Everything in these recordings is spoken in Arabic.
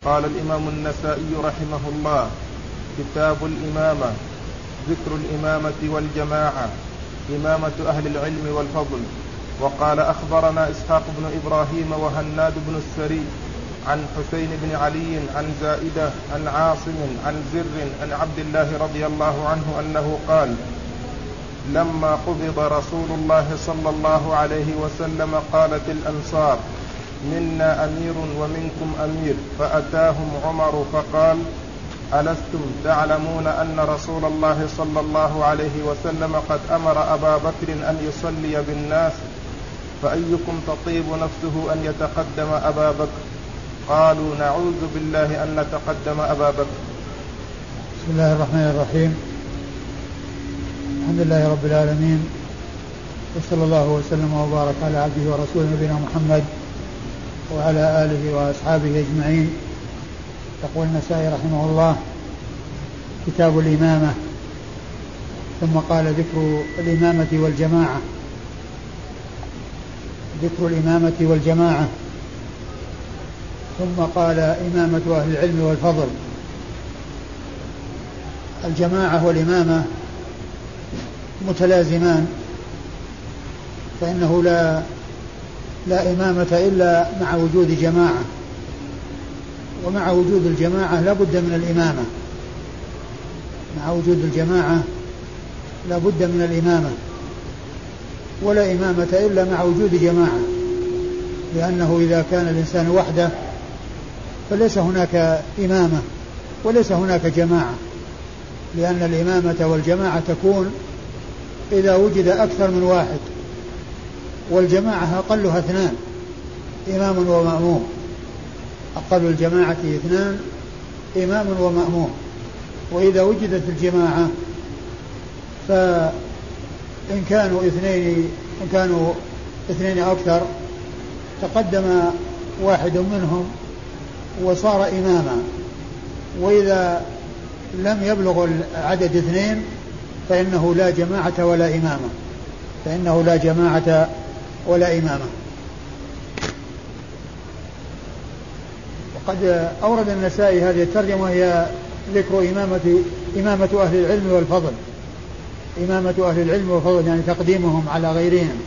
قال الإمام النسائي رحمه الله: كتاب الإمامة. ذكر الإمامة والجماعة، إمامة أهل العلم والفضل. وقال: أخبرنا إسحاق بن إبراهيم وهناد بن السري عن حسين بن علي عن زائدة عن عاصم عن زر عن عبد الله رضي الله عنه أنه قال: لما قبض رسول الله صلى الله عليه وسلم قالت الأنصار: منا أمير ومنكم أمير. فأتاهم عمر فقال: ألستم تعلمون أن رسول الله صلى الله عليه وسلم قد أمر أبا بكر أن يصلي بالناس، فأيكم تطيب نفسه أن يتقدم أبا بكر؟ قالوا: نعوذ بالله أن نتقدم أبا بكر. بسم الله الرحمن الرحيم. الحمد لله رب العالمين، وصلى الله وسلم وبارك على عبده ورسوله نبينا محمد وعلى آله وأصحابه أجمعين. يقول النسائي رحمه الله: كتاب الإمامة. ثم قال: ذكر الإمامة والجماعة. ذكر الإمامة والجماعة. ثم قال: إمامة أهل العلم والفضل. الجماعة والإمامة متلازمان، فإنه لا إمامة إلا مع وجود جماعة، ومع وجود الجماعة لا بد من الإمامة. مع وجود الجماعة لا بد من الإمامة، ولا إمامة إلا مع وجود جماعة، لأنه إذا كان الإنسان وحده فليس هناك إمامة وليس هناك جماعة، لأن الإمامة والجماعة تكون إذا وجد أكثر من واحد، والجماعة أقلها 2: إمام ومأموم. أقل الجماعة 2: إمام ومأموم. وإذا وجدت الجماعة فإن كانوا اثنين أكثر تقدم واحد منهم وصار إماما، وإذا لم يبلغ العدد 2 فإنه لا جماعة ولا إمامة. وقد أورد النسائي هذه الترجمة وهي ذكر إمامة أهل العلم والفضل. إمامة أهل العلم والفضل يعني تقديمهم على غيرهم،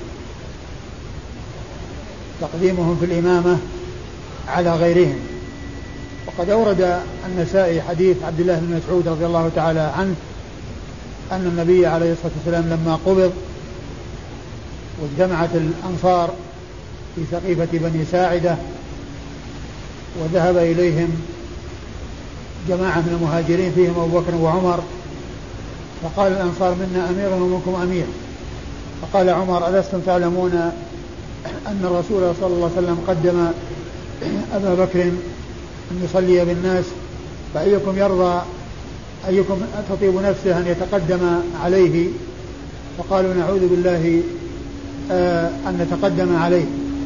تقديمهم في الإمامة على غيرهم. وقد أورد النسائي حديث عبد الله بن مسعود رضي الله تعالى عنه أن النبي عليه الصلاة والسلام لما قبض واجتمعت الأنصار في سقيفة بني ساعدة وذهب إليهم جماعة من المهاجرين فيهم أبو بكر وعمر، فقال الأنصار: منا أمير ومنكم أمير. فقال عمر: ألستم تعلمون أن الرسول صلى الله عليه وسلم قدم أبا بكر أن يصلي بالناس، أيكم تطيب نفسه أن يتقدم عليه؟ فقالوا: نعوذ بالله أن نتقدم عليه.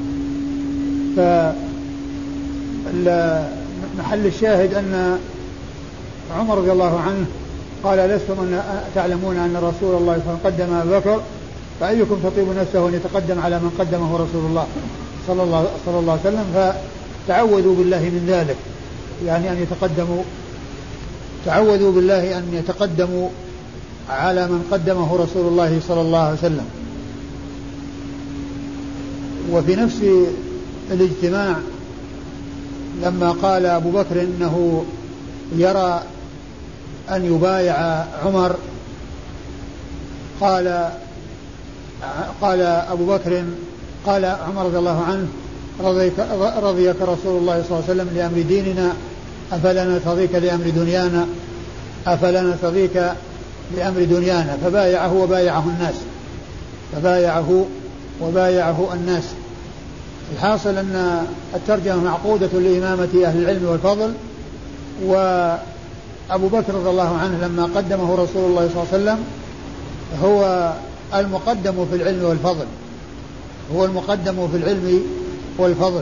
فمحل الشاهد أن عمر رضي الله عنه قال: لستم أن تعلمون أن رسول الله صلى الله عليه وسلم قدم أبا بكر، فأيكم تطيب نفسه أن يتقدم على من قدمه رسول الله صلى الله عليه وسلم؟ فتعوذوا بالله من ذلك، يعني أن يتقدموا، تعوذوا بالله أن يتقدموا على من قدمه رسول الله صلى الله عليه وسلم. وفي نفس الاجتماع لما قال أبو بكر إنه يرى أن يبايع عمر، قال أبو بكر، قال عمر رضي الله عنه: رضيك رسول الله صلى الله عليه وسلم لأمر ديننا، أفلا نرتضيك لأمر دنيانا، أفلا نرتضيك لأمر دنيانا. فبايعه وبايعه الناس. الحاصل أن الترجمة معقودة لإمامة أهل العلم والفضل. وأبو بكر رضي الله عنه لما قدمه رسول الله صلى الله عليه وسلم هو المقدم في العلم والفضل، هو المقدم في العلم والفضل.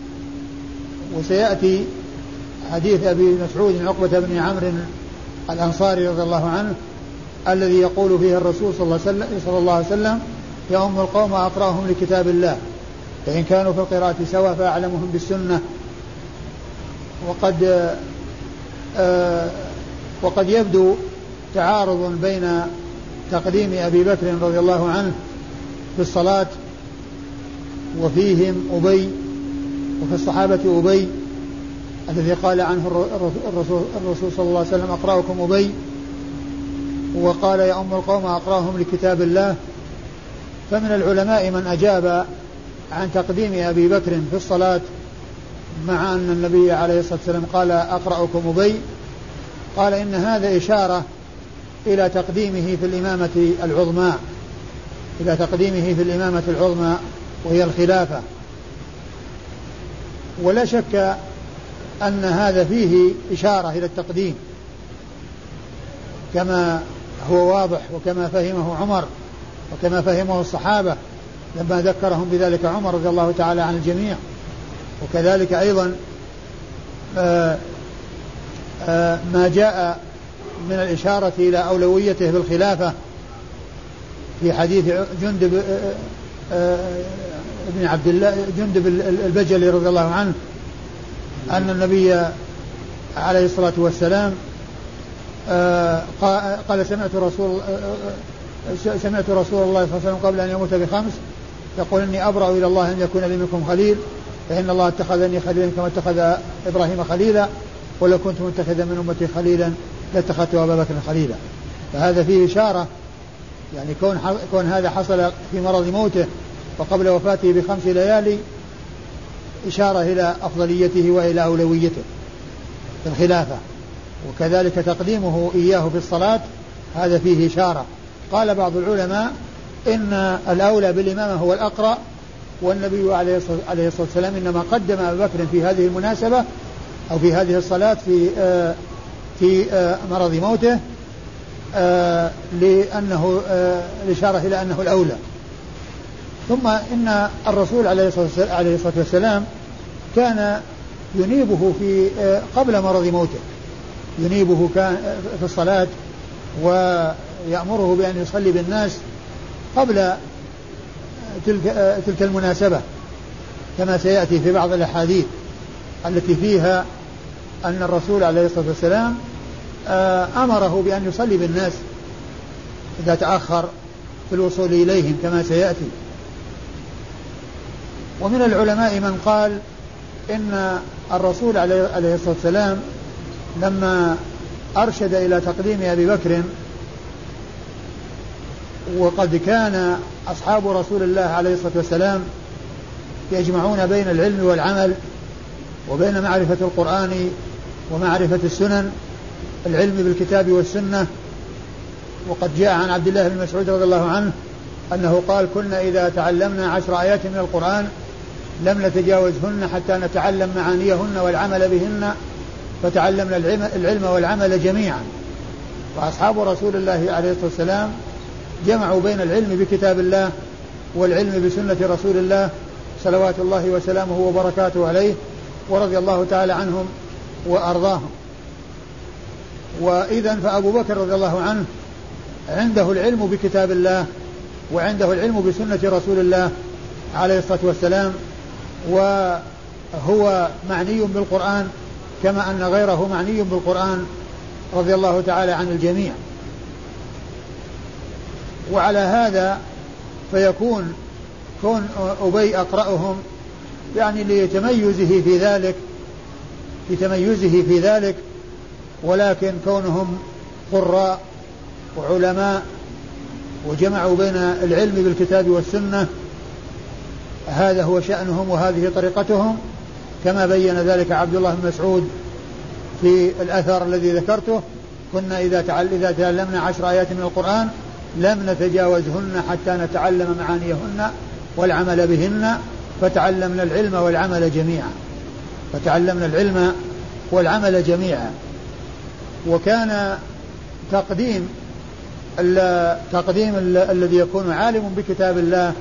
وسيأتي حديث أبي مسعود عقبة بن عمرو الأنصاري رضي الله عنه الذي يقول فيه الرسول صلى الله عليه وسلم: يؤم القوم أقرأهم لكتاب الله، فإن كانوا في القراءة سواء فأعلمهم بالسنة. وقد يبدو تعارض بين تقديم أبي بكر رضي الله عنه في الصلاة وفيهم أبي، وفي الصحابة أبي الذي قال عنه الرسول صلى الله عليه وسلم أقرأكم أبي، وقال يا أم القوم أقرأهم لكتاب الله. فمن العلماء من أجاب عن تقديم أبي بكر في الصلاة مع أن النبي عليه الصلاة والسلام قال أقرأكم أبي، قال إن هذا إشارة إلى تقديمه في الإمامة العظمى، إلى تقديمه في الإمامة العظمى وهي الخلافة. ولا شك أن هذا فيه إشارة إلى التقديم كما هو واضح، وكما فهمه عمر وكما فهمه الصحابة لما ذكرهم بذلك عمر رضي الله تعالى عن الجميع. وكذلك أيضا ما جاء من الإشارة إلى أولويته بالخلافة في حديث جندب ابن عبد الله جندب البجلي رضي الله عنه أن النبي عليه الصلاة والسلام قال سمعت رسول الله صلى الله عليه وسلم قبل أن يموت ب5 يقول إني أبرأ إلى الله أن يكون لي منكم خليل، فإن الله اتخذني خليلا كما اتخذ إبراهيم خليلا، ولو كنت متخذا من أمتي خليلا لاتخذت أبا بكر خليلا. فهذا فيه إشارة، يعني كون هذا حصل في مرض موته وقبل وفاته ب5 ليالي إشارة إلى أفضليته وإلى أولويته في الخلافة. وكذلك تقديمه إياه في الصلاة هذا فيه إشارة. قال بعض العلماء إن الأولى بالإمامة هو الأقرأ، والنبي عليه الصلاة والسلام إنما قدم أبا بكر في هذه المناسبة أو في هذه الصلاة في مرض موته لأنه الإشارة إلى أنه الأولى. ثم إن الرسول عليه الصلاة والسلام كان ينيبه في قبل مرض موته، ينيبه كان في الصلاة ويأمره بأن يصلي بالناس قبل تلك المناسبة، كما سيأتي في بعض الأحاديث التي فيها أن الرسول عليه الصلاة والسلام أمره بأن يصلي بالناس إذا تأخر في الوصول إليهم كما سيأتي. ومن العلماء من قال إن الرسول عليه الصلاة والسلام لما أرشد إلى تقديم أبي بكر، وقد كان أصحاب رسول الله عليه الصلاة والسلام يجمعون بين العلم والعمل وبين معرفة القرآن ومعرفة السنن، العلم بالكتاب والسنة. وقد جاء عن عبد الله بن مسعود رضي الله عنه أنه قال كنا إذا تعلمنا 10 آيات من القرآن لم نتجاوزهن حتى نتعلم معانيهن والعمل بهن، فتعلمنا العلم والعمل جميعا. وأصحاب رسول الله عليه الصلاة والسلام جمعوا بين العلم بكتاب الله والعلم بسنة رسول الله صلوات الله وسلامه وبركاته عليه، ورضي الله تعالى عنهم وأرضاهم. وإذن فأبو بكر رضي الله عنه عنده العلم بكتاب الله وعنده العلم بسنة رسول الله عليه الصلاة والسلام، وهو معني بالقرآن كما أن غيره معني بالقرآن رضي الله تعالى عن الجميع. وعلى هذا فيكون كون أبي أقرأهم يعني لتميزه في ذلك، ولكن كونهم قراء وعلماء وجمعوا بين العلم بالكتاب والسنة هذا هو شأنهم وهذه طريقتهم، كما بين ذلك عبد الله بن مسعود في الأثر الذي ذكرته كنا إذا تعلمنا 10 آيات من القرآن لم نتجاوزهن حتى نتعلم معانيهن والعمل بهن، فتعلمنا العلم والعمل جميعا. وكان تقديم الذي يكون عالم بكتاب الله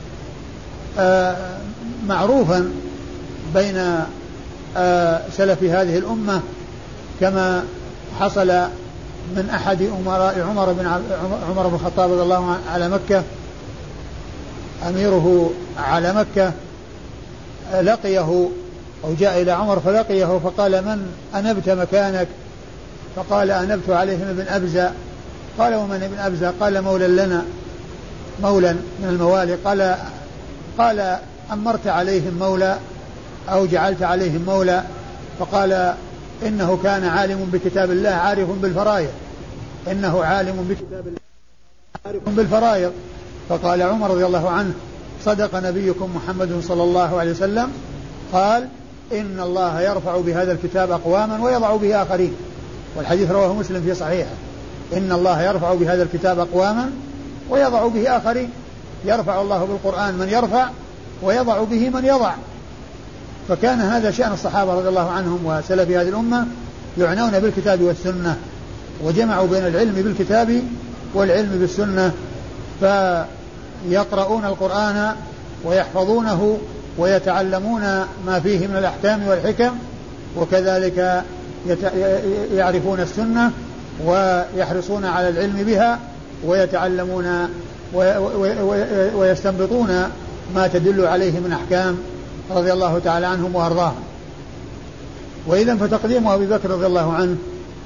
معروفا بين سلف هذه الأمة، كما حصل من أحد أمراء عمر بن الخطاب رضي الله عنه على مكة، أميره على مكة، لقيه أو جاء إلى عمر فلقيه فقال من أنبت مكانك؟ فقال أنبت عليهم ابن أبزة. قال ومن ابن أبزة؟ قال مولى لنا، مولى من الموالي. قال أمرت عليهم مولى أو جعلت عليهم مولى؟ فقال إنه كان عالم بكتاب الله عارف بالفرائض، إنه عالم بكتاب الله عارف بالفرائض. فقال عمر رضي الله عنه صدق نبيكم محمد صلى الله عليه وسلم، قال إن الله يرفع بهذا الكتاب أقواما ويضع به آخرين. والحديث رواه مسلم في صحيحه. إن الله يرفع بهذا الكتاب أقواما ويضع به آخرين. يرفع الله بالقرآن من يرفع ويضع به من يضع. فكان هذا شأن الصحابة رضي الله عنهم وسلف هذه الأمة، يعنون بالكتاب والسنة، وجمعوا بين العلم بالكتاب والعلم بالسنة، فيقرؤون القرآن ويحفظونه ويتعلمون ما فيه من الأحكام والحكم، وكذلك يعرفون السنة ويحرصون على العلم بها ويتعلمون ويستنبطون ما تدل عليه من أحكام رضي الله تعالى عنهم وأرضاهم. وإذا فتقديم أبي بكر رضي الله عنه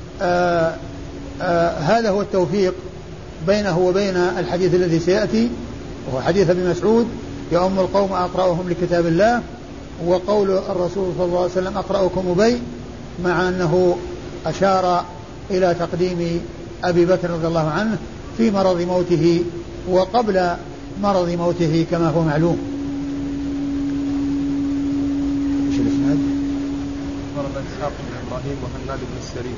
هذا هو التوفيق بينه وبين الحديث الذي سيأتي، وهو حديث ابن مسعود يؤم القوم أقرأهم لكتاب الله، وقول الرسول صلى الله عليه وسلم أقرأكم أبي، مع أنه أشار إلى تقديم أبي بكر رضي الله عنه في مرض موته وقبل مرض موته كما هو معلوم. ايش الاسناد؟ ضرب إسحاق بن إبراهيم وهناد بن السري.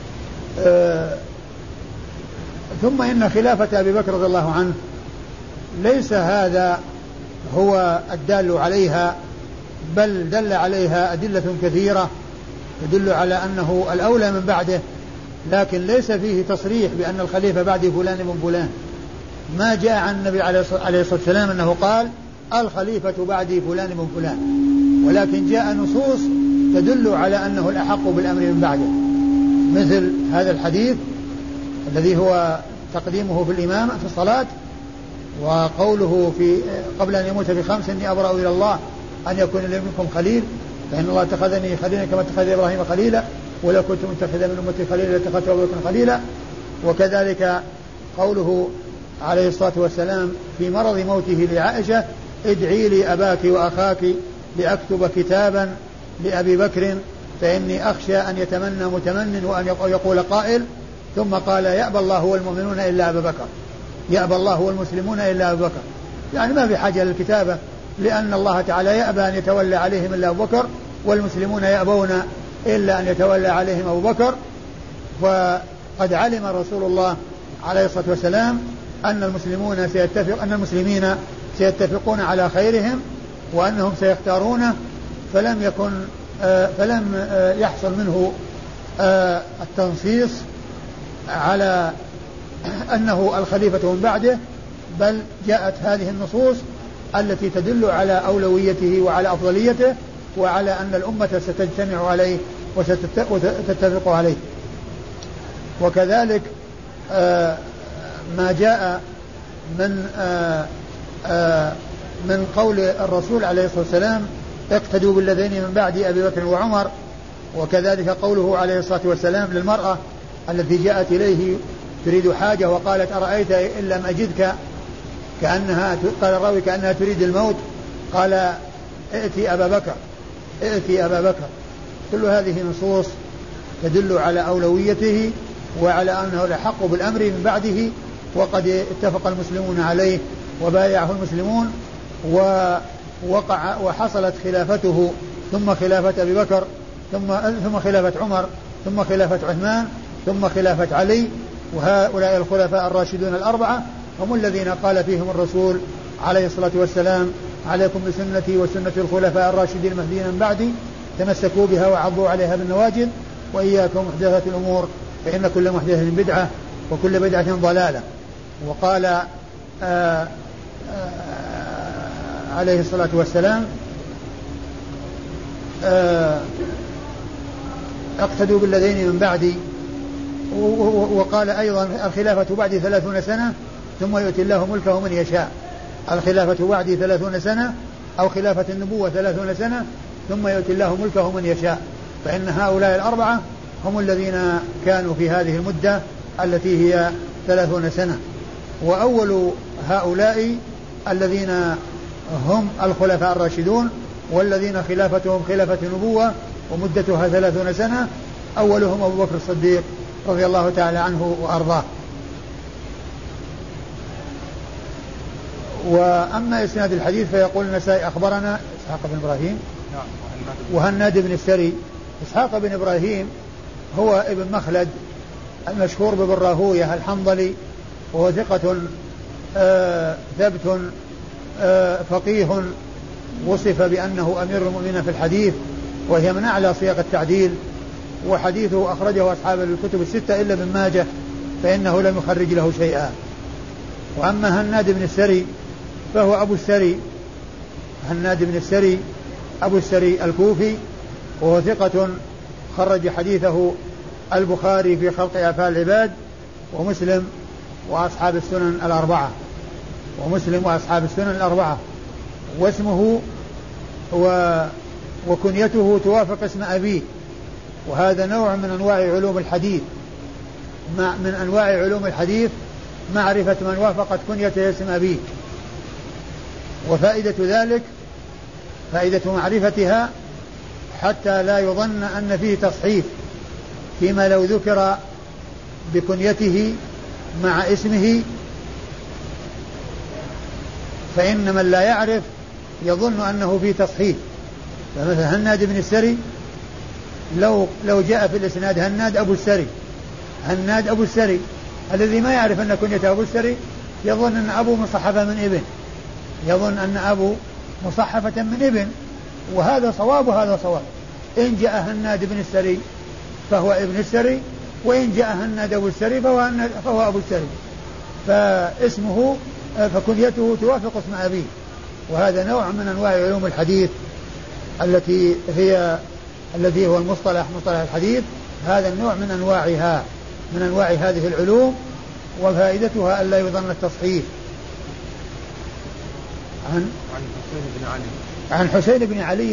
ثم إن خلافة أبي بكر رضي الله عنه ليس هذا هو الدال عليها، بل دل عليها أدلة كثيرة تدل على أنه الأولى من بعده، لكن ليس فيه تصريح بأن الخليفة بعد فلان بن فلان. ما جاء عن النبي عليه الصلاة والسلام أنه قال الخليفة بعد فلان بن فلان، ولكن جاء نصوص تدل على أنه الأحق بالأمر من بعده، مثل هذا الحديث الذي هو تقديمه في الإمام في الصلاة، وقوله في قبل أن يموت ب5 إني أبرأ إلى الله أن يكون لي منكم خليل، فإن الله اتخذني خليلا كما اتخذ إبراهيم خليلا، ولو كنت متخذا من أمتي خليلا لاتخذت أبا بكر خليلا. وكذلك قوله عليه الصلاة والسلام في مرض موته لعائشة ادعي لي أباك وأخاك لأكتب كتابا لأبي بكر فإني أخشى أن يتمنى متمن وأن يقول قائل، ثم قال يأبى الله والمؤمنون إلا أبا بكر، يأبى الله والمسلمون إلا أبا بكر، يعني ما في حاجة للكتابة، لأن الله تعالى يأبى أن يتولى عليهم إلا أبو بكر، والمسلمون يأبون إلا أن يتولى عليهم أبو بكر. فقد علم رسول الله عليه الصلاة والسلام أن المسلمين سيتفقون على خيرهم وأنهم سيختارونه، فلم يحصل منه التنصيص على أنه الخليفة من بعده، بل جاءت هذه النصوص التي تدل على أولويته وعلى أفضليته وعلى أن الأمة ستجتمع عليه وستتفق عليه. وكذلك ما جاء من قول الرسول عليه الصلاة والسلام اقتدوا بالذين من بعد أبي بكر وعمر، وكذلك قوله عليه الصلاة والسلام للمرأة التي جاءت إليه تريد حاجة وقالت أرأيت إن لم أجدك، قال الراوي كأنها تريد الموت، قال ائتي أبا بكر. كل هذه نصوص تدل على أولويته وعلى أنه الأحق بالأمر من بعده، وقد اتفق المسلمون عليه وبايعه المسلمون، وحصلت خلافته ثم خلافة أبي بكر ثم خلافة عمر ثم خلافة عثمان ثم خلافة علي، وهؤلاء الخلفاء الراشدون الأربعة هم الذين قال فيهم الرسول عليه الصلاة والسلام عليكم بسنتي وسنة الخلفاء الراشدين المهديين من بعدي تمسكوا بها وعضوا عليها بالنواجذ وإياكم محدثات الأمور فإن كل محدثة بدعة وكل بدعة ضلالة. وقال عليه الصلاة والسلام اقتدوا بالذين من بعدي، وقال أيضا الخلافة بعدي 30 سنة ثم يؤتي الله ملكه من يشاء. الخلافة بعدي 30 سنة أو خلافة النبوة 30 سنة ثم يؤتي الله ملكه من يشاء، فإن هؤلاء الأربعة هم الذين كانوا في هذه المدة التي هي 30 سنة. وأول هؤلاء الذين هم الخلفاء الراشدون والذين خلافتهم خلافة نبوة ومدتها 30 سنة، أولهم أبو بكر الصديق رضي الله تعالى عنه وأرضاه. وأما إسناد الحديث فيقول النسائي أخبرنا إسحاق بن إبراهيم وهناد بن السري. إسحاق بن إبراهيم هو ابن مخلد المشهور بابن راهويه الحنظلي، وهو ثقة ثبت فقيه، وصف بأنه أمير المؤمنين في الحديث، وهي من أعلى صيغ التعديل، وحديثه أخرجه أصحاب الكتب الستة إلا ابن ماجه فإنه لم يخرج له شيئا. وأما هناد بن السري فهو أبو السري، هناد بن السري أبو السري الكوفي، وهو ثقة خرج حديثه البخاري في خلق أفعال العباد ومسلم وأصحاب السنن الأربعة، واسمه وكنيته توافق اسم أبيه، وهذا نوع من أنواع علوم الحديث، من أنواع علوم الحديث معرفة من وافقت كنيته اسم أبيه. وفائدة ذلك فائدة معرفتها حتى لا يظن أن فيه تصحيف فيما لو ذكر بكنيته مع اسمه، فإن من لا يعرف يظن أنه فيه تصحيف. فمثلا هناد بن السري لو جاء في الإسناد هناد أبو السري، الذي ما يعرف أن كنيته أبو السري يظن أن أبو مصحفة من ابن، وهذا صواب وهذا صواب. إن جاء هناد بن السري فهو ابن السري، وإن جاء هناد أبو السري فهو أبو السري، فاسمه فكنيته توافق اسم أبيه. وهذا نوع من أنواع علوم الحديث الذي هو مصطلح الحديث. هذا النوع من أنواع هذه العلوم، وفائدتها ألا يظن التصحيف. عن حسين بن علي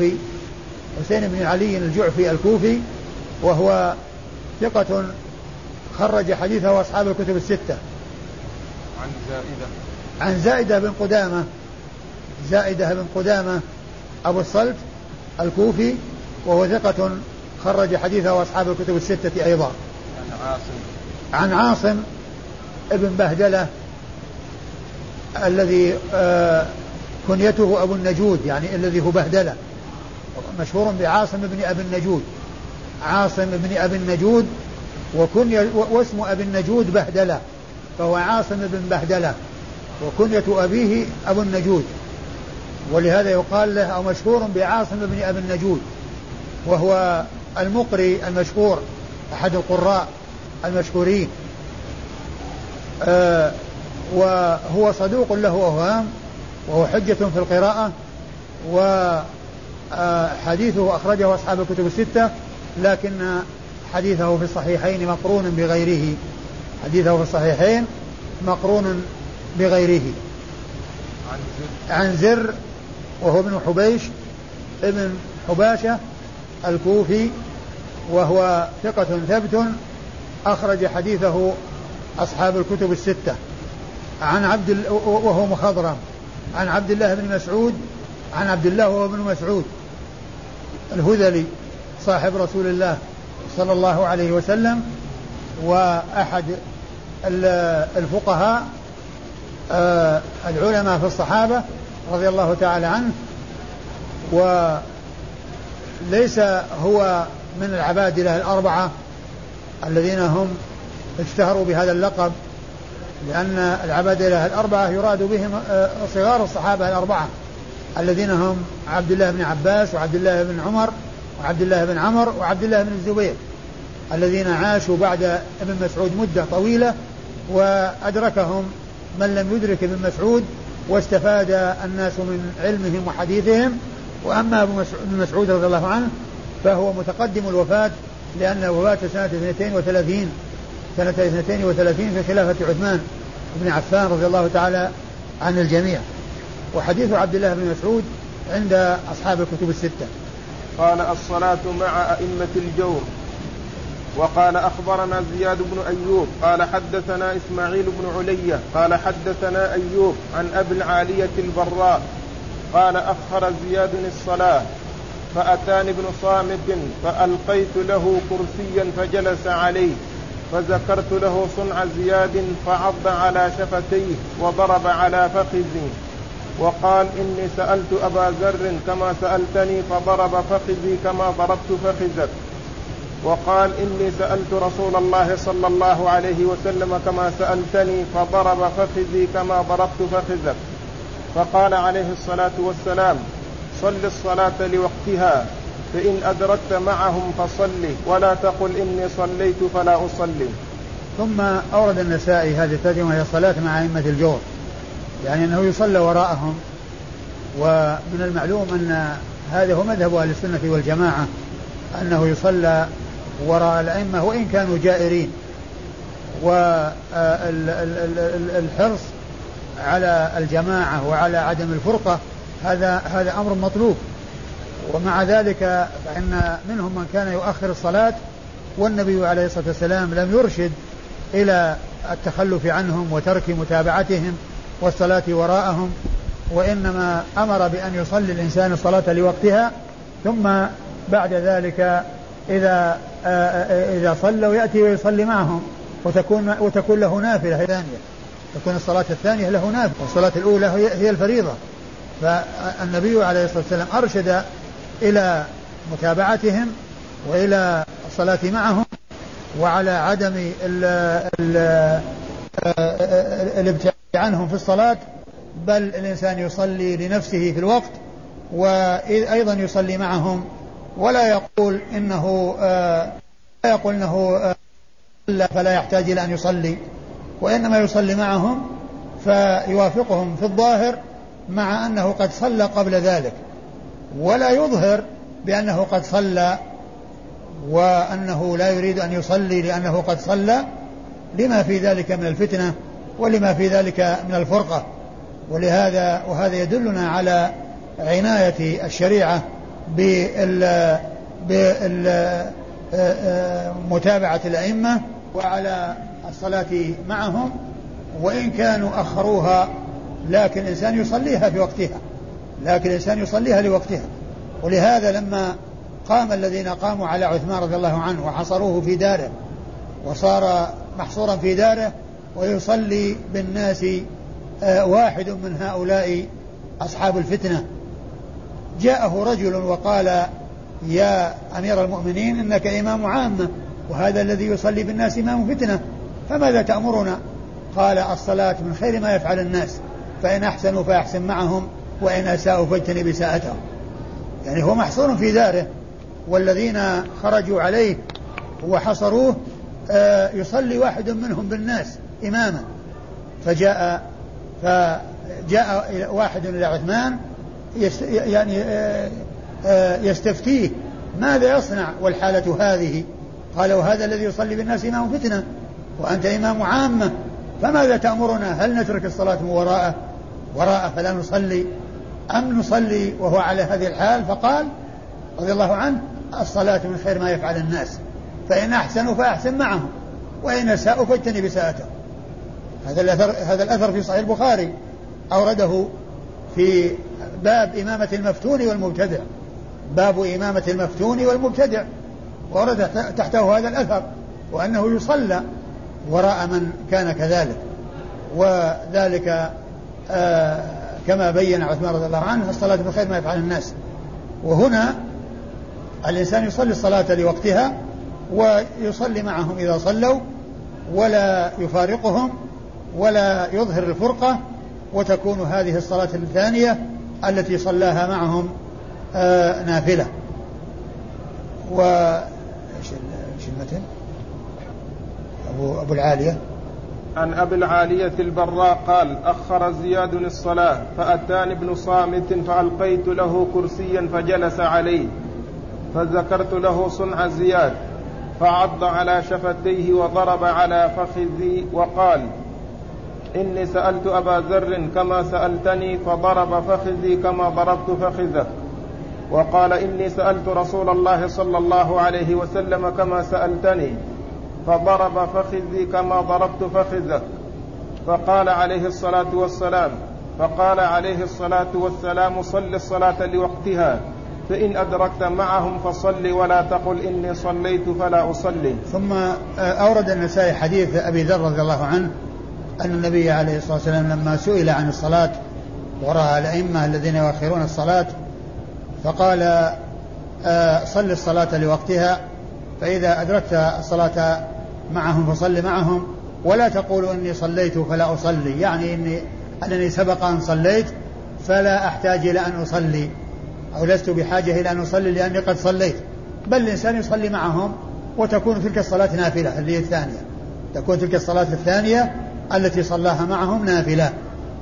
الجعفي الكوفي، وهو ثقة خرج حديثه أصحاب الكتب الستة. عن زائدة بن قدامة أبو الصلت الكوفي، وهو ثقة خرج حديثه أصحاب الكتب الستة أيضا. عن عاصم ابن بهدلة الذي كنيته أبو النجود، يعني الذي هو بهدلة، مشهور بعاصم بن أبي النجود، واسم أبي النجود بهدلة، فهو عاصم بن بهدلة، وكنية أبيه أبو النجود، ولهذا يقال له أو مشهور بعاصم بن أبي النجود. وهو المقري المشهور، أحد القراء المشهورين، وهو صدوق له أوهام، وهو حجة في القراءة، وحديثه أخرجه أصحاب الكتب الستة، لكن حديثه في الصحيحين مقرون بغيره. عن زر وهو ابن حبيش ابن حباشة الكوفي، وهو ثقة ثبت أخرج حديثه أصحاب الكتب الستة. وهو مخضرم. عن عبد الله بن مسعود، عن عبد الله وهو ابن مسعود الهذلي صاحب رسول الله صلى الله عليه وسلم، وأحد الفقهاء العلماء في الصحابة رضي الله تعالى عنه، وليس هو من العبادلة الأربعة الذين هم اشتهروا بهذا اللقب، لأن العبادلة الأربعة يراد بهم صغار الصحابة الأربعة الذين هم عبد الله بن عباس وعبد الله بن عمر وعبد الله بن عمر وعبد الله بن الزبير، الذين عاشوا بعد ابن مسعود مدة طويلة، وأدركهم من لم يدرك ابن مسعود، واستفاد الناس من علمهم وحديثهم. وأما ابن مسعود رضي الله عنه فهو متقدم الوفاة، لأن وفاته سنة 32 في خلافة عثمان بن عفان رضي الله تعالى عن الجميع. وحديث عبد الله بن مسعود عند أصحاب الكتب الستة. قال الصلاة مع أئمة الجور. وقال أخبرنا زياد بن أيوب قال حدثنا إسماعيل بن علية قال حدثنا أيوب عن أبي العالية البراء قال أخر زياد الصلاة فأتاني ابن صامت فألقيت له كرسيا فجلس عليه فذكرت له صنع زياد فعض على شفتيه وضرب على فخذي وقال إني سألت أبا ذر كما سألتني فضرب فخذي كما ضربت فخذك. وقال إني سألت رسول الله صلى الله عليه وسلم كما سألتني فضرب فخذي كما ضربت فخذك. فقال عليه الصلاة والسلام صل الصلاة لوقتها فإن أدركت معهم فصل ولا تقل إني صليت فلا أصلي. ثم أورد النسائي هذه الترجمة وهي الصلاة مع أئمة الجور، يعني أنه يصلى وراءهم. ومن المعلوم أن هذا هو مذهب أهل السنة والجماعة أنه يصلى وراء الأئمة وإن كانوا جائرين. والحرص على الجماعة وعلى عدم الفرقة هذا أمر مطلوب. ومع ذلك فإن منهم من كان يؤخر الصلاة، والنبي عليه الصلاة والسلام لم يرشد إلى التخلف عنهم وترك متابعتهم والصلاة وراءهم، وإنما أمر بأن يصلي الإنسان الصلاة لوقتها، ثم بعد ذلك إذا صلوا يأتي ويصلي معهم وتكون له نافلة ثانية، تكون الصلاة الثانية له نافلة، والصلاة الأولى هي الفريضة. فالنبي عليه الصلاة والسلام أرشد إلى متابعتهم وإلى الصلاة معهم وعلى عدم الابتعاد عنهم في الصلاة، بل الإنسان يصلي لنفسه في الوقت وأيضا يصلي معهم، ولا يقول إنه فلا يحتاج إلى أن يصلي، وإنما يصلي معهم فيوافقهم في الظاهر مع أنه قد صلى قبل ذلك، ولا يظهر بأنه قد صلى وأنه لا يريد أن يصلي لأنه قد صلى، لما في ذلك من الفتنة ولما في ذلك من الفرقة. وهذا يدلنا على عناية الشريعة بمتابعة الأئمة وعلى الصلاة معهم، وإن كانوا أخروها لكن الإنسان يصليها لوقتها. ولهذا لما قام الذين قاموا على عثمان رضي الله عنه وحصروه في داره وصار محصورا في داره ويصلي بالناس واحد من هؤلاء أصحاب الفتنة، جاءه رجل وقال يا أمير المؤمنين إنك إمام عامة وهذا الذي يصلي بالناس إمام فتنة، فماذا تأمرنا؟ قال الصلاة من خير ما يفعل الناس، فإن أحسنوا فأحسن معهم وإن أساءوا فاجتنب إساءتهم. يعني هو محصور في داره والذين خرجوا عليه وحصروه يصلي واحد منهم بالناس إماما، فجاء واحد إلى عثمان يستفتيه ماذا يصنع والحالة هذه؟ قال وهذا الذي يصلي بالناس إمام فتنة وأنت إمام عامة، فماذا تأمرنا؟ هل نترك الصلاة وراءه فلا نصلي أم نصلي وهو على هذه الحال؟ فقال رضي الله عنه الصلاة من خير ما يفعل الناس، فإن أحسنوا فأحسن معهم وإن أساءوا فاجتنب إساءتهم. هذا الأثر في صحيح البخاري، أورده في باب إمامة المفتون والمبتدع، باب إمامة المفتون والمبتدع، وورد تحته هذا الأثر وأنه يصلى وراء من كان كذلك، وذلك كما بين عثمان رضي الله عنه الصلاة من خير ما يفعل الناس. وهنا الإنسان يصلي الصلاة لوقتها ويصلي معهم إذا صلوا ولا يفارقهم ولا يظهر الفرقة، وتكون هذه الصلاة الثانية التي صلاها معهم نافلة. وإيش المتن؟ أبو العالية عن أبي العالية البراء قال أخر زياد الصلاة فأتاني ابن صامت فألقيت له كرسيا فجلس عليه فذكرت له صنع زياد فعض على شفتيه وضرب على فخذي وقال إني سألت أبا ذر كما سألتني فضرب فخذي كما ضربت فخذه. وقال إني سألت رسول الله صلى الله عليه وسلم كما سألتني فضرب فخذي كما ضربت فخذك. فقال عليه الصلاة والسلام صل الصلاة لوقتها فإن أدركت معهم فصل ولا تقل إني صليت فلا أصلي. ثم أورد النسائي حديث أبي ذر رضي الله عنه أن النبي عليه الصلاة والسلام لما سئل عن الصلاة ورأى الأئمة الذين يؤخرون الصلاة فقال صل الصلاة لوقتها فإذا أدركت الصلاة معهم فصل معهم ولا تقول إني صليت فلا أصلي، يعني أنني سبق أن صليت فلا أحتاج إلى أن أصلي أو لست بحاجة إلى أن أصلي لأني قد صليت، بل الإنسان يصلي معهم وتكون تلك الصلاة نافلة اللي هي الثانية، تكون تلك الصلاة الثانية التي صلاها معهم نافلة.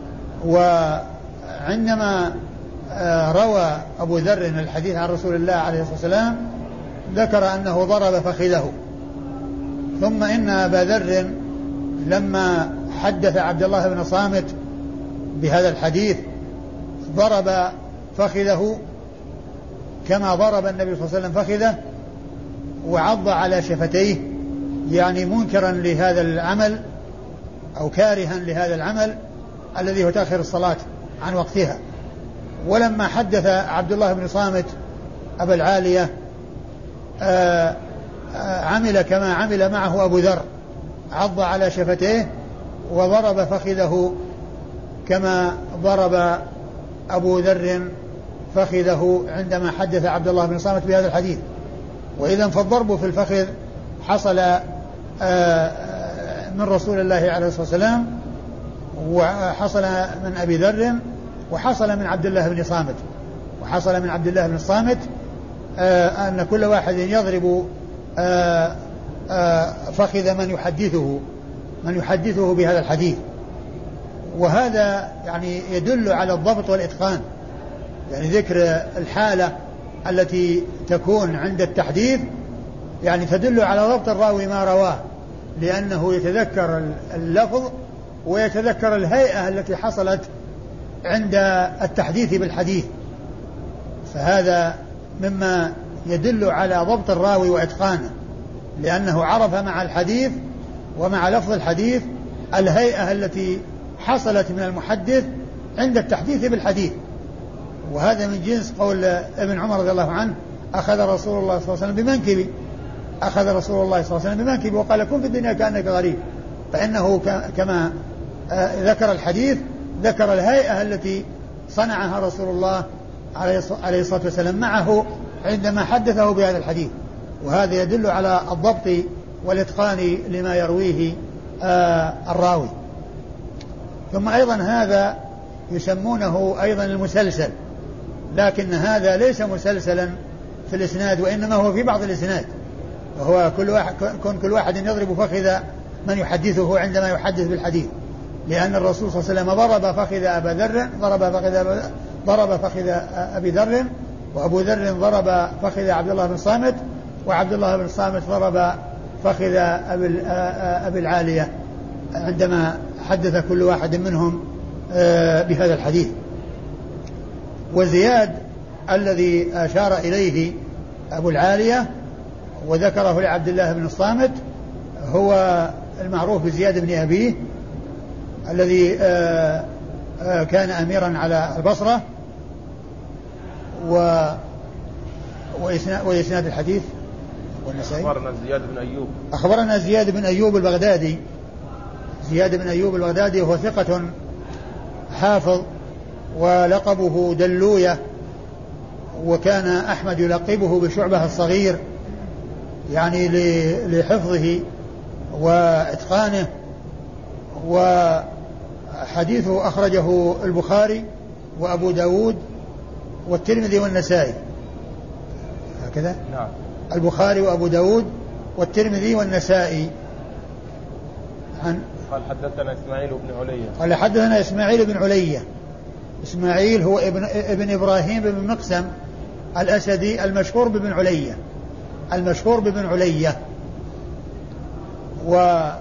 وعندما روى أبو ذر الحديث عن رسول الله عليه الصلاة والسلام ذكر أنه ضرب فخذه، ثم إن أبا ذر لما حدث عبد الله بن صامت بهذا الحديث ضرب فخذه كما ضرب النبي صلى الله عليه وسلم فخذه وعض على شفتيه، يعني منكرا لهذا العمل أو كارها لهذا العمل الذي هو تأخير الصلاة عن وقتها. ولما حدث عبد الله بن صامت أبا العالية عمل كما عمل معه أبو ذر، عض على شفتيه وضرب فخذه كما ضرب أبو ذر فخذه عندما حدث عبد الله بن صامت بهذا الحديث. وإذا فالضرب في الفخذ حصل من رسول الله عليه الصلاة والسلام وحصل من أبي ذر وحصل من عبد الله بن صامت، وحصل من عبد الله بن صامت أن كل واحد يضرب فخذ من يحدثه بهذا الحديث. وهذا يعني يدل على الضبط والإتقان، يعني ذكر الحالة التي تكون عند التحديث يعني تدل على ضبط الراوي ما رواه، لأنه يتذكر اللفظ ويتذكر الهيئة التي حصلت عند التحديث بالحديث، فهذا مما يدل على ضبط الراوي وإتقانه، لأنه عرف مع الحديث ومع لفظ الحديث الهيئة التي حصلت من المحدث عند التحديث بالحديث. وهذا من جنس قول ابن عمر رضي الله عنه أخذ رسول الله صلى الله عليه وسلم بمنكبي، أخذ رسول الله صلى الله عليه وسلم بمنكبي وقال كن في الدنيا كأنك غريب، فإنه كما ذكر الحديث ذكر الهيئة التي صنعها رسول الله عليه الصلاة والسلام معه عندما حدثه بهذا الحديث، وهذا يدل على الضبط والإتقان لما يرويه الراوي. ثم أيضا هذا يسمونه أيضا المسلسل، لكن هذا ليس مسلسلا في الإسناد وإنما هو في بعض الإسناد، وهو كل واحد يضرب فخذ من يحدثه عندما يحدث بالحديث، لأن الرسول صلى الله عليه وسلم ضرب فخذ أبا ذر، ضرب فخذ أبي ذر، وأبو ذر ضرب فخذ عبد الله بن صامت، وعبد الله بن صامت ضرب فخذ أبي العالية عندما حدث كل واحد منهم بهذا الحديث. وزياد الذي أشار إليه أبو العالية وذكره لعبد الله بن الصامت هو المعروف بزياد بن أبيه الذي كان أميرا على البصرة. وإسناد الحديث أخبرنا زياد بن أيوب البغدادي. زياد بن أيوب البغدادي هو ثقة حافظ ولقبه دلوية، وكان أحمد يلقبه بشعبة الصغير يعني لحفظه وإتقانه، وحديثه أخرجه البخاري وأبو داود والترمذي والنسائي، هكذا نعم، البخاري وأبو داود والترمذي والنسائي. قال حدثنا إسماعيل بن علية. قال حدثنا إسماعيل بن علية. إسماعيل هو ابن إبراهيم بن مقسم الأسدي المشهور بابن علية، المشهور بابن علية. وهو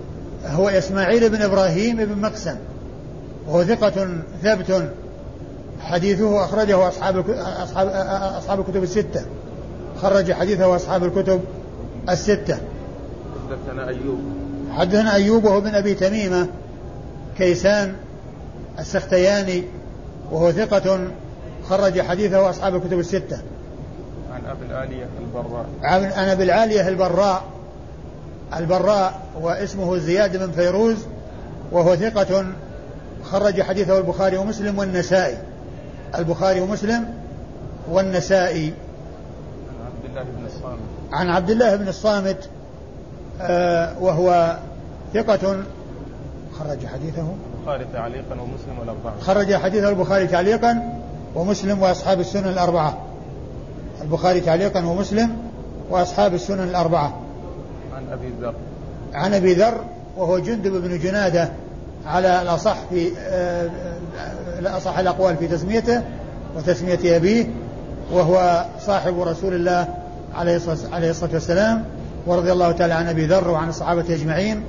إسماعيل بن إبراهيم بن مقسم وهو ثقة ثبت حديثه أخرجه أصحاب الكتب الستة. خرج حديثه أصحاب الكتب الستة. حدثنا أيوب وهو بن أبي تميمة كيسان السختياني وهو ثقة خرج حديثه أصحاب الكتب الستة. عن أبي العالية البراء. عن أبي العالية البراء واسمه زياد بن فيروز وهو ثقة خرج حديثه البخاري ومسلم والنسائي. البخاري ومسلم والنسائي. عن عبد الله بن الصامت وهو ثقة خرج حديثه البخاري تعليقا ومسلم والأربعة. خرج حديثه البخاري تعليقا ومسلم وأصحاب السنن الأربعة. البخاري تعليقا ومسلم وأصحاب السنن الأربعة. عن أبي ذر وهو جندب بن جنادة على الأصح في الأصح الأقوال في تسميته وتسمية أبيه، وهو صاحب رسول الله عليه الصلاة والسلام، ورضي الله تعالى عن أبي ذر وعن الصحابة أجمعين،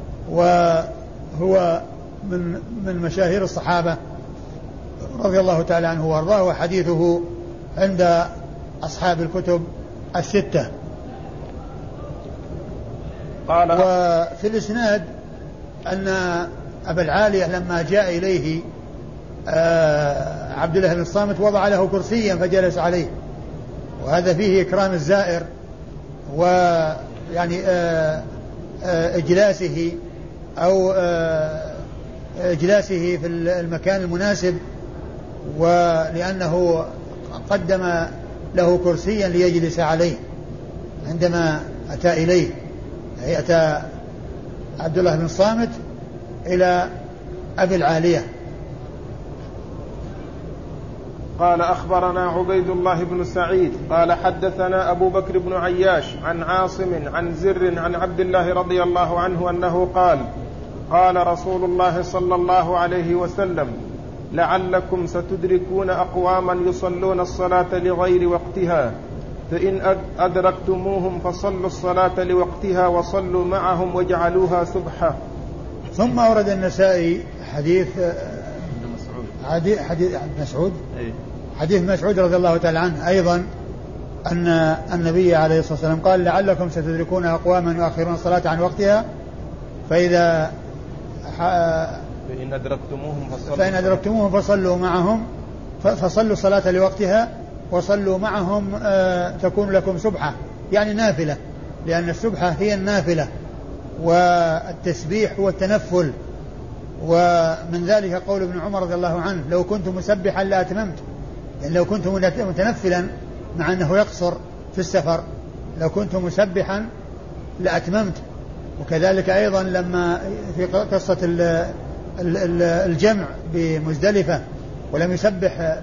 وهو من مشاهير الصحابة رضي الله تعالى عنه وارضاه، وحديثه عند أصحاب الكتب الستة. قال وفي الإسناد أن أبا العالية لما جاء إليه عبد الله بن الصامت وضع له كرسيا فجلس عليه، وهذا فيه إكرام الزائر ويعني إجلاسه أو إجلاسه في المكان المناسب، ولأنه قدم له كرسيا ليجلس عليه عندما أتى إليه. أتى عبد الله بن الصامت إلى أبي العالية. قال أخبرنا عبيد الله بن سعيد قال حدثنا أبو بكر بن عياش عن عاصم عن زر عن عبد الله رضي الله عنه أنه قال قال رسول الله صلى الله عليه وسلم لعلكم ستدركون أقواما يصلون الصلاة لغير وقتها، فإن أدركتموهم فصلوا الصلاة لوقتها وصلوا معهم واجعلوها سبحة. ثم أورد النسائي حديث مسعود حديث مسعود رضي الله تعالى عنه أيضا أن النبي عليه الصلاة والسلام قال لعلكم ستدركون أقواما يؤخرون الصلاة عن وقتها فإن أدركتموهم فصلوا معهم فصلوا الصلاة لوقتها وصلوا معهم تكون لكم سبحة، يعني نافلة، لأن السبحة هي النافلة والتسبيح هو التنفل. ومن ذلك قول ابن عمر رضي الله عنه لو كنت مسبحا لأتممت، يعني لو كنت متنفلا مع أنه يقصر في السفر لو كنت مسبحا لأتممت. وكذلك أيضا لما في قصة الجمع بمزدلفة ولم يسبح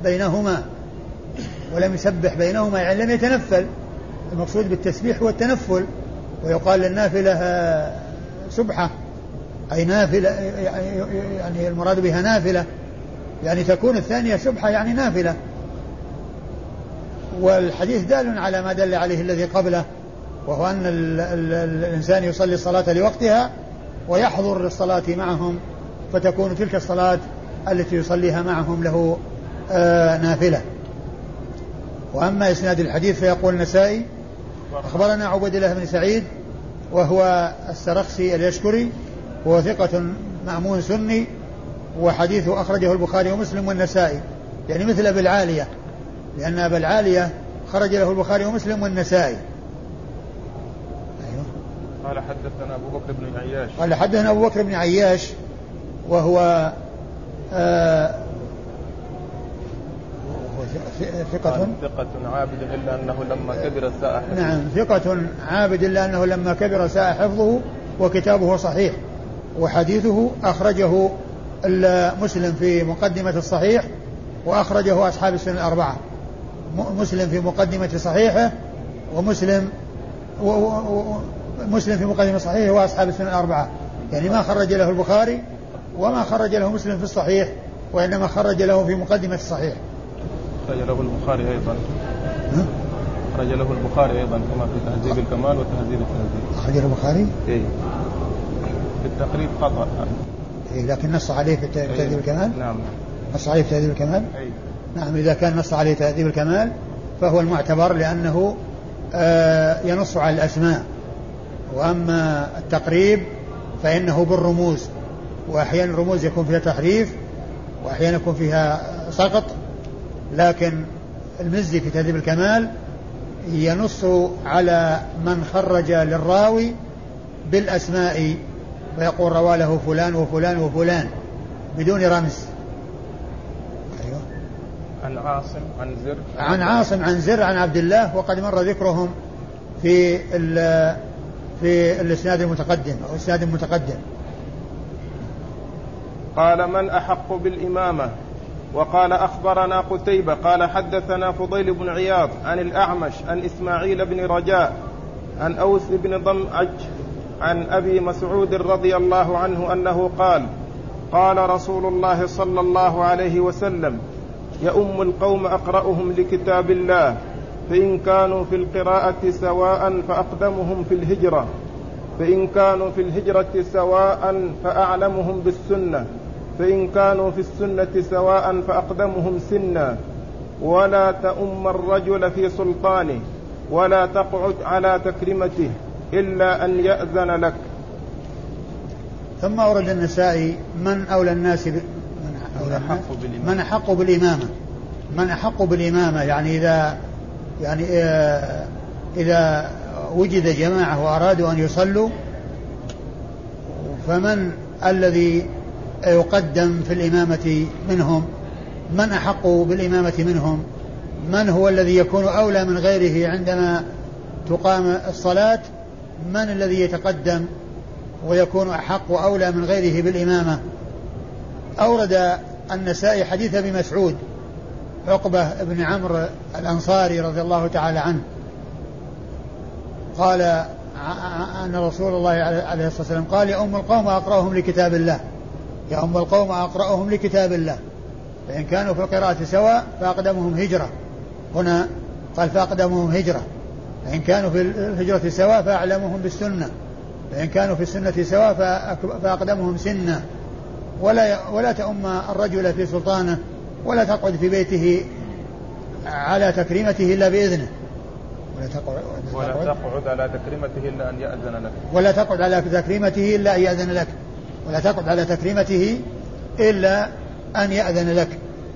بينهما يعني لم يتنفل. المقصود بالتسبيح هو التنفل، ويقال للنافلة سبحة أي نافلة، يعني المراد بها نافلة، يعني تكون الثانية سبحة يعني نافلة. والحديث دال على ما دل عليه الذي قبله، وهو أن الإنسان يصلي الصلاة لوقتها ويحضر للصلاة معهم، فتكون تلك الصلاة التي يصليها معهم له نافلة. وأما إسناد الحديث فيقول النسائي أخبرنا عبد الله بن سعيد وهو السرخسي اليشكري وهو ثقة مأمون سني، وحديثه أخرجه البخاري ومسلم والنسائي، يعني مثل أبي العالية، لأن أبا العالية خرج له البخاري ومسلم والنسائي. أيوه. قال حدثنا أبو بكر بن عياش قال حدثنا أبو بكر بن عياش وهو ثقة عابد إلا أنه لما كبر ساء حفظه. نعم، ثقة عابد إلا أنه لما كبر ساء حفظه، وكتابه صحيح، وحديثه أخرجه مسلم في مقدمة الصحيح، وأخرجه أصحاب السنن الأربعة. مسلم في مقدمة صحيحه، ومسلم مسلم في مقدمة صحيحه وأصحاب السنن الأربعة، يعني ما خرج له البخاري وما خرج له مسلم في الصحيح، وإنما خرج له في مقدمة الصحيح. خرج له البخاري أيضا خرج له البخاري أيضا كما في تهذيب الكمال وتهذيب التهذيب. خرج له البخاري في التقريب خطأ، لكن نص عليه في تهذيب الكمال. نعم، نص عليه في تهذيب الكمال. نعم إذا كان نص عليه تهذيب الكمال فهو المعتبر لأنه ينص على الأسماء. وأما التقريب فإنه بالرموز، وأحيانا الرموز يكون فيها تحريف وأحيانا يكون فيها سقط، لكن المزي في تهذيب الكمال ينص على من خرج للراوي بالأسماء ويقول روى له فلان وفلان وفلان بدون رمز. أيوة. عن عاصم عن زر عن عبد الله، وقد مر ذكرهم في الإسناد المتقدم أو الإسناد المتقدم. قال من أحق بالإمامة؟ وقال أخبرنا قتيبة قال حدثنا فضيل بن عياض عن الأعمش عن إسماعيل بن رجاء عن أوس بن ضمعج عن أبي مسعود رضي الله عنه أنه قال قال رسول الله صلى الله عليه وسلم يؤم القوم أقرأهم لكتاب الله، فإن كانوا في القراءة سواء فأقدمهم في الهجرة، فإن كانوا في الهجرة سواء فأعلمهم بالسنة، فإن كانوا في السنة سواء فأقدمهم سنا، ولا تؤم الرجل في سلطانه، ولا تقعد على تكريمته إلا أن يأذن لك. ثم أورد النسائي من أولى الناس من أحق بالإمامة. من أحق بالإمامة يعني إذا وجد جماعة وأرادوا أن يصلوا، فمن الذي يقدم في الإمامة منهم؟ من أحق بالإمامة منهم؟ من هو الذي يكون أولى من غيره عندما تقام الصلاة؟ من الذي يتقدم ويكون أحق وأولى من غيره بالإمامة؟ أورد النسائي حديث ابن مسعود عقبة بن عمرو الأنصاري رضي الله تعالى عنه قال أن رسول الله عليه الصلاة والسلام قال يؤم القوم أقرأهم لكتاب الله، يؤم القوم أقرأهم لكتاب الله، فإن كانوا في القراءة سواء فأقدمهم هجرة. هنا قال فأقدمهم هجرة. فإن كانوا في الهجرة سواء فأعلمهم بالسنة، فإن كانوا في السنة سواء فأقدمهم سنا. ولا تؤم الرجل في سلطانه، ولا تقعد في بيته على تكريمته إلا بإذنه، ولا تقعد على تكريمته إلا أن يأذن لك، ولا تقعد على تكريمته إلا أن يأذن لك، ولا تقعد على تكريمته إلا أن يأذن لك.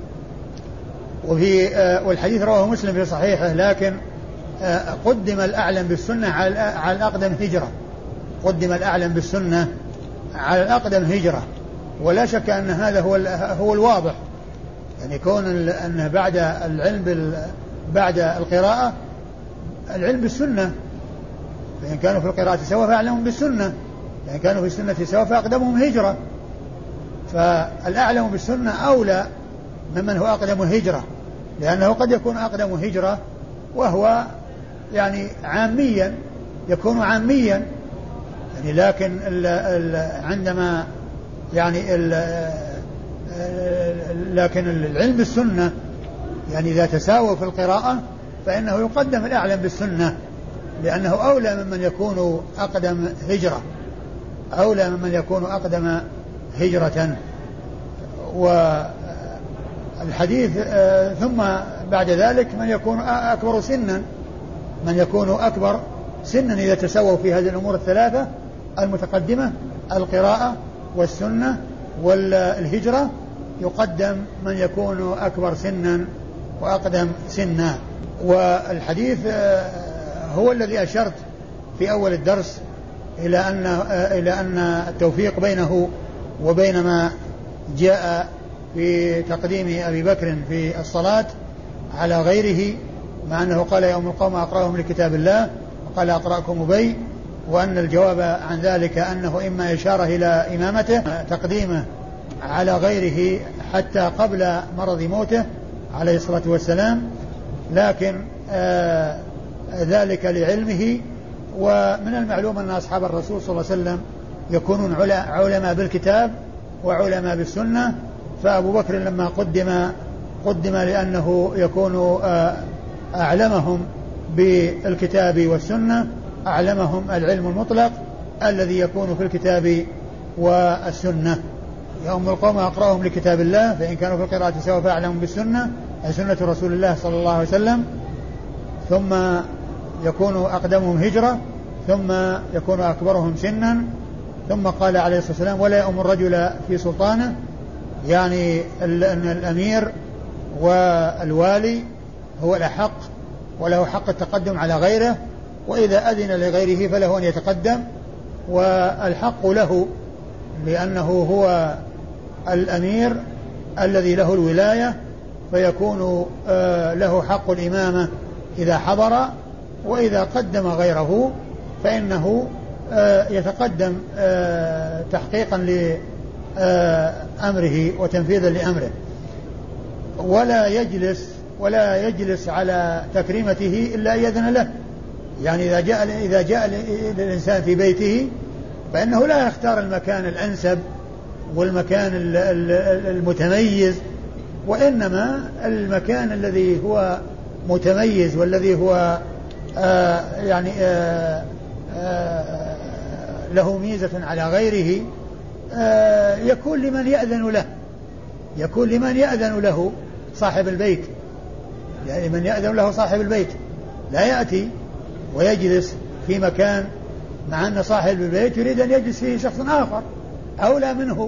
والحديث رواه مسلم في صحيحه، لكن قدم الأعلم بالسنة على الأقدم هجرة، قدم الأعلم بالسنة على الأقدم هجرة. ولا شك أن هذا هو الواضح، يعني كون أن بعد العلم بعد القراءة العلم بالسنة، فإن كانوا في القراءة سواء فأعلمهم بالسنة، فإن كانوا في السنة سواء فأقدمهم هجرة. فالأعلم بالسنة أولى ممن هو أقدم هجرة، لأنه قد يكون أقدم هجرة وهو يعني عاميا، يكون عاميا يعني، لكن عندما يعني لكن العلم بالسنة يعني إذا تساووا في القراءة فإنه يقدم الأعلم بالسنة، لأنه أولى ممن يكون أقدم هجرة، أولى ممن يكون أقدم هجرة. والحديث ثم بعد ذلك من يكون أكبر سنا، من يكون أكبر سنا إذا تساووا في هذه الأمور الثلاثة المتقدمة القراءة والسنة والهجرة، يقدم من يكون أكبر سنا وأقدم سنا. والحديث هو الذي أشرت في أول الدرس إلى أن التوفيق بينه وبين ما جاء في تقديم أبي بكر في الصلاة على غيره، مع أنه قال يوم القوم أقرأهم لكتاب الله وقال أقرأكم أبي، وأن الجواب عن ذلك أنه إما إشارة إلى إمامته تقديمه على غيره حتى قبل مرض موته عليه الصلاة والسلام، لكن ذلك لعلمه. ومن المعلوم أن أصحاب الرسول صلى الله عليه وسلم يكونون علماء بالكتاب وعلماء بالسنة، فأبو بكر لما قدم لأنه يكون أعلمهم بالكتاب والسنة، أعلمهم العلم المطلق الذي يكون في الكتاب والسنة. يوم القوم أقرأهم لكتاب الله، فإن كانوا في القراءة سواء فأعلمهم بالسنة، أي سنة رسول الله صلى الله عليه وسلم، ثم يكون أقدمهم هجرة، ثم يكون أكبرهم سنا، ثم قال عليه الصلاة والسلام ولا يؤم الرجل في سلطانه، يعني أن الأمير والوالي هو الأحق وله حق التقدم على غيره، وإذا أذن لغيره فله أن يتقدم، والحق له لأنه هو الأمير الذي له الولاية، فيكون له حق الإمامة إذا حضر، وإذا قدم غيره فإنه يتقدم تحقيقا لأمره وتنفيذا لأمره، ولا يجلس على تكريمته إلا يأذن له. يعني إذا جاء الإنسان في بيته فإنه لا يختار المكان الأنسب والمكان المتميز، وإنما المكان الذي هو متميز والذي هو له ميزة على غيره يكون لمن يأذن له صاحب البيت، يعني من يأذن له صاحب البيت، لا يأتي ويجلس في مكان مع أن صاحب البيت يريد أن يجلس فيه شخص آخر أولى منه.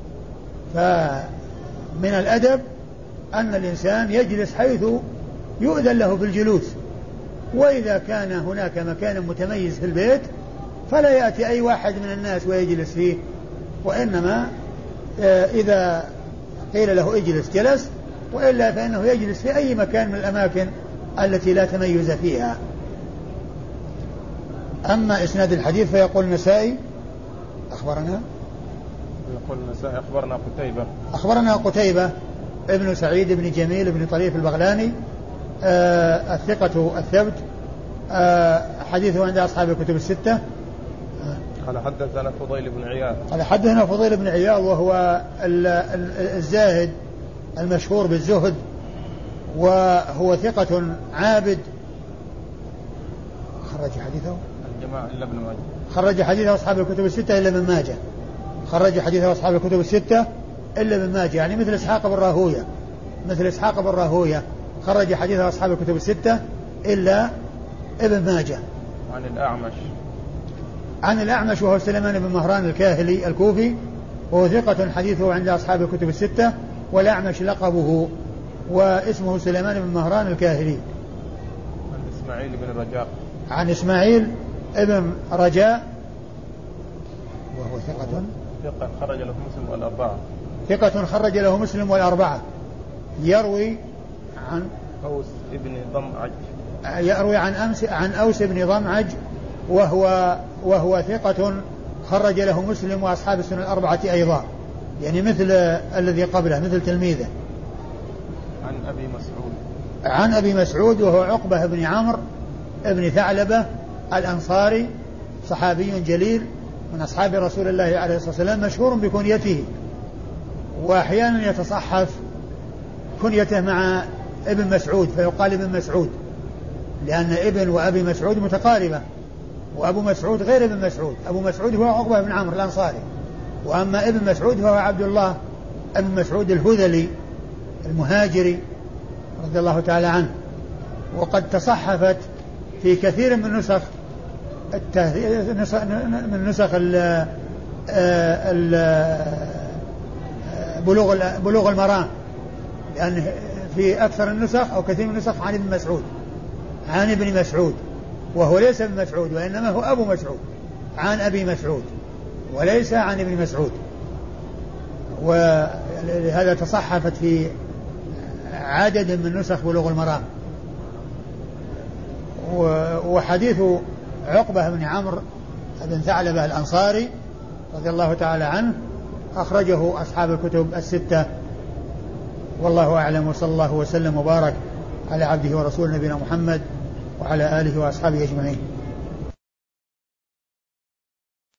فمن الأدب أن الإنسان يجلس حيث يؤذن له بالجلوس، وإذا كان هناك مكان متميز في البيت فلا يأتي أي واحد من الناس ويجلس فيه، وإنما إذا قيل له اجلس جلس، وإلا فإنه يجلس في أي مكان من الأماكن التي لا تميز فيها. أما إسناد الحديث فيقول النسائي أخبرنا أخبرنا قتيبة ابن سعيد بن جميل بن طريف البغلاني الثقة الثبت، حديثه عند أصحاب الكتب الستة. قال حدثنا فضيل بن عياض وهو الزاهد المشهور بالزهد، وهو ثقة عابد، خرج حديثه الجماعة إلا ابن ماجه، خرج حديثه أصحاب الكتب الستة إلا ابن ماجه، خرج حديثه أصحاب الكتب الستة إلا ابن ماجه، يعني مثل إسحاق بن راهوية خرج حديثه أصحاب الكتب الستة إلا ابن ماجه. عن الأعمش وهو سليمان بن مهران الكاهلي الكوفي، وهو ثقة حديثه عند أصحاب الكتب الستة، والأعمش لقبه واسمه سليمان بن مهران الكاهلي. عن إسماعيل بن رجاء وهو ثقة خرج له مسلم والأربعة. يروي عن أوس بن ضمعج وهو ثقة خرج له مسلم وأصحاب السنن الأربعة أيضا، يعني مثل الذي قبله، مثل تلميذه. عن أبي مسعود وهو عقبة بن عمرو ابن ثعلبة الأنصاري، صحابي جليل من أصحاب رسول الله عليه الصلاة والسلام، مشهور بكنيته، وأحيانا يتصحف كنيته مع ابن مسعود فيقال ابن مسعود، لأن ابن وأبي مسعود متقاربة، وأبو مسعود غير ابن مسعود. أبو مسعود هو عقبة بن عمرو الأنصاري، وأما ابن مسعود هو عبد الله ابن مسعود الهذلي المهاجري رضي الله تعالى عنه. وقد تصحفت في كثير من نسخ بلوغ المرام، لأن في أكثر النسخ أو كثير من النسخ عن ابن مسعود، وهو ليس ابن مسعود وإنما هو أبو مسعود، عن أبي مسعود وليس عن ابن مسعود. ولهذا تصحفت في عدد من نسخ بلوغ المرام. وحديث عقبة بن عمرو بن ثعلبة الأنصاري رضي الله تعالى عنه أخرجه أصحاب الكتب الستة، والله أعلم، وصلى الله وسلم وبارك على عبده ورسوله نبينا محمد وعلى آله وأصحابه أجمعين.